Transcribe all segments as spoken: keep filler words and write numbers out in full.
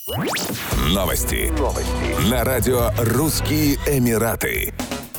Новости. Новости. На радио «Русские Эмираты».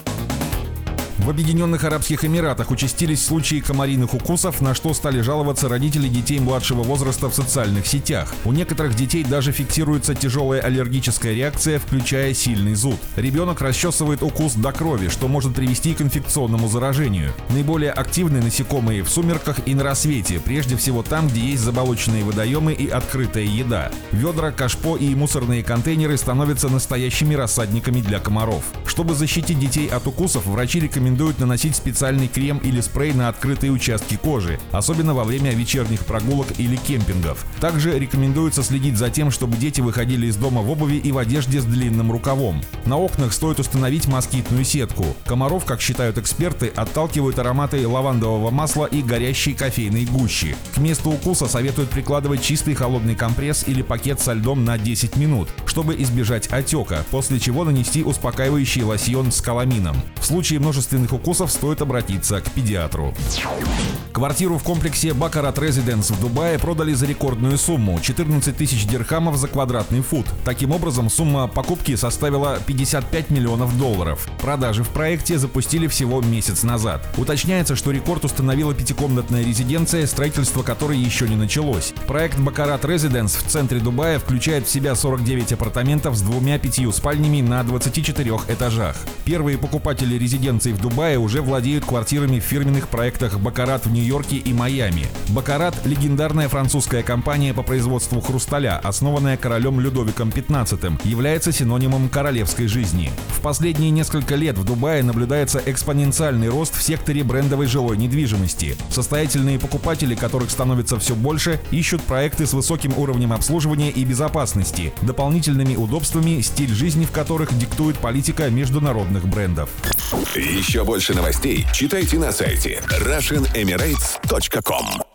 В Объединенных Арабских Эмиратах участились случаи комариных укусов, на что стали жаловаться родители детей младшего возраста в социальных сетях. У некоторых детей даже фиксируется тяжелая аллергическая реакция, включая сильный зуд. Ребенок расчесывает укус до крови, что может привести к инфекционному заражению. Наиболее активны насекомые в сумерках и на рассвете, прежде всего там, где есть заболоченные водоемы и открытая еда. Ведра, кашпо и мусорные контейнеры становятся настоящими рассадниками для комаров. Чтобы защитить детей от укусов, врачи рекомендуют наносить специальный крем или спрей на открытые участки кожи, особенно во время вечерних прогулок или кемпингов. Также рекомендуется следить за тем, чтобы дети выходили из дома в обуви и в одежде с длинным рукавом. На окнах стоит установить москитную сетку. Комаров, как считают эксперты, отталкивают ароматы лавандового масла и горящей кофейной гущи. К месту укуса советуют прикладывать чистый холодный компресс или пакет со льдом на десять минут, чтобы избежать отека, после чего нанести успокаивающий лосьон с каламином. В случае множественных укусов стоит обратиться к педиатру. Квартиру в комплексе Baccarat Residence в Дубае продали за рекордную сумму – четырнадцать тысяч дирхамов за квадратный фут. Таким образом, сумма покупки составила пятьдесят пять миллионов долларов. Продажи в проекте запустили всего месяц назад. Уточняется, что рекорд установила пятикомнатная резиденция, строительство которой еще не началось. Проект Baccarat Residence в центре Дубая включает в себя сорок девять апартаментов с двумя-пятью спальнями на двадцати четырёх этажах. Первые покупатели резиденций в Дубае уже владеют квартирами в фирменных проектах Baccarat в Нью-Йорке и Майами. Baccarat – легендарная французская компания по производству хрусталя, основанная королем Людовиком пятнадцатым, является синонимом королевской жизни. В последние несколько лет в Дубае наблюдается экспоненциальный рост в секторе брендовой жилой недвижимости. Состоятельные покупатели, которых становится все больше, ищут проекты с высоким уровнем обслуживания и безопасности, дополнительными удобствами, стиль жизни в которых диктует политика международных брендов. Еще больше новостей читайте на сайте Russian Emirates точка ком.